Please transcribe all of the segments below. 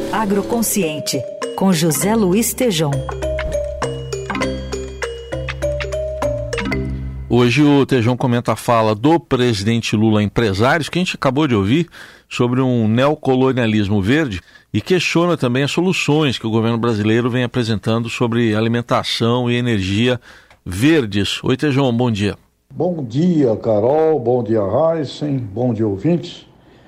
Agroconsciente, com José Luiz Tejom. Hoje o Tejom comenta a fala do presidente Lula a empresários, que a gente acabou de ouvir, sobre um neocolonialismo verde, e questiona também as soluções que o governo brasileiro vem apresentando sobre alimentação e energia verdes. Oi, Tejom, bom dia. Bom dia, Carol, bom dia, Heisen, bom dia, ouvintes.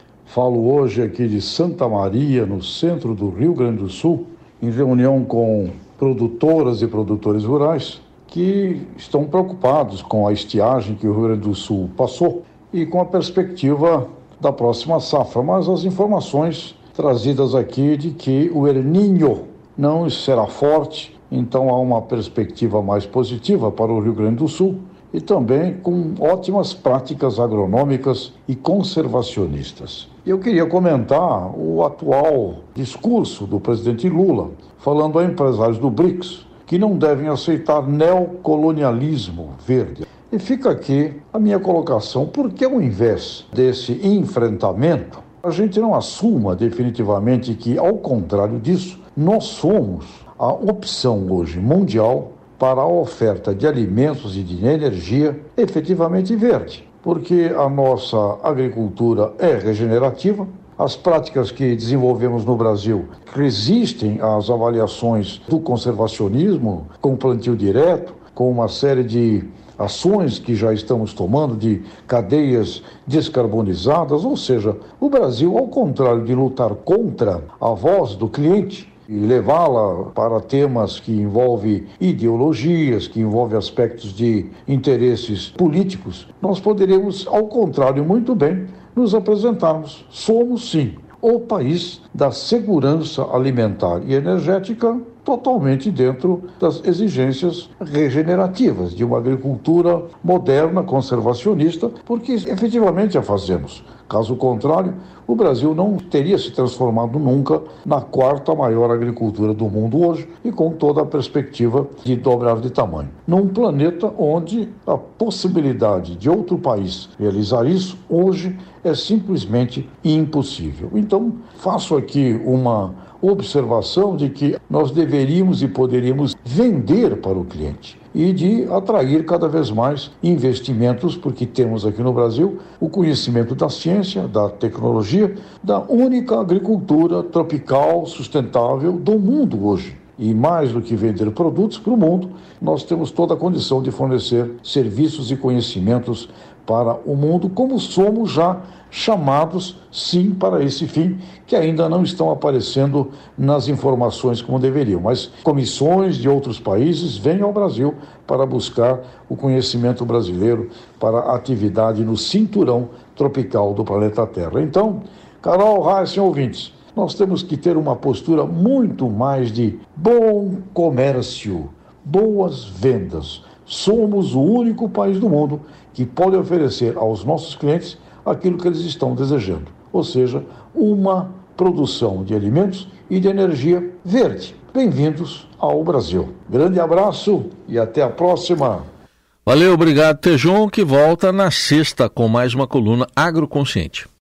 Falo hoje aqui de Santa Maria, no centro do Rio Grande do Sul, em reunião com produtoras e produtores rurais que estão preocupados com a estiagem que o Rio Grande do Sul passou e com a perspectiva da próxima safra. Mas as informações trazidas aqui de que o El Niño não será forte, então há uma perspectiva mais positiva para o Rio Grande do Sul e também com ótimas práticas agronômicas e conservacionistas. Eu queria comentar o atual discurso do presidente Lula, falando a empresários do BRICS, que não devem aceitar neocolonialismo verde. E fica aqui a minha colocação: por que ao invés desse enfrentamento, a gente não assuma definitivamente que, ao contrário disso, nós somos a opção hoje mundial para a oferta de alimentos e de energia efetivamente verde? Porque a nossa agricultura é regenerativa, as práticas que desenvolvemos no Brasil resistem às avaliações do conservacionismo, com plantio direto, com uma série de ações que já estamos tomando de cadeias descarbonizadas, ou seja, o Brasil, ao contrário de lutar contra a voz do cliente e levá-la para temas que envolvem ideologias, que envolvem aspectos de interesses políticos, nós poderíamos, ao contrário, muito bem, nos apresentarmos. Somos, sim, o país da segurança alimentar e energética, totalmente dentro das exigências regenerativas de uma agricultura moderna, conservacionista, porque efetivamente a fazemos. Caso contrário, o Brasil não teria se transformado nunca na quarta maior agricultura do mundo hoje e com toda a perspectiva de dobrar de tamanho. Num planeta onde a possibilidade de outro país realizar isso hoje é simplesmente impossível. Então, faço aqui uma observação de que nós deveríamos e poderíamos vender para o cliente e de atrair cada vez mais investimentos, porque temos aqui no Brasil o conhecimento da ciência, da tecnologia, da única agricultura tropical sustentável do mundo hoje. E mais do que vender produtos para o mundo, nós temos toda a condição de fornecer serviços e conhecimentos para o mundo, como somos já chamados, sim, para esse fim, que ainda não estão aparecendo nas informações como deveriam. Mas comissões de outros países vêm ao Brasil para buscar o conhecimento brasileiro para a atividade no cinturão tropical do planeta Terra. Então, Carol, Heisen, ouvintes, nós temos que ter uma postura muito mais de bom comércio, boas vendas. Somos o único país do mundo que pode oferecer aos nossos clientes aquilo que eles estão desejando, ou seja, uma produção de alimentos e de energia verde. Bem-vindos ao Brasil. Grande abraço e até a próxima. Valeu, obrigado, Tejom, que volta na sexta com mais uma coluna Agroconsciente.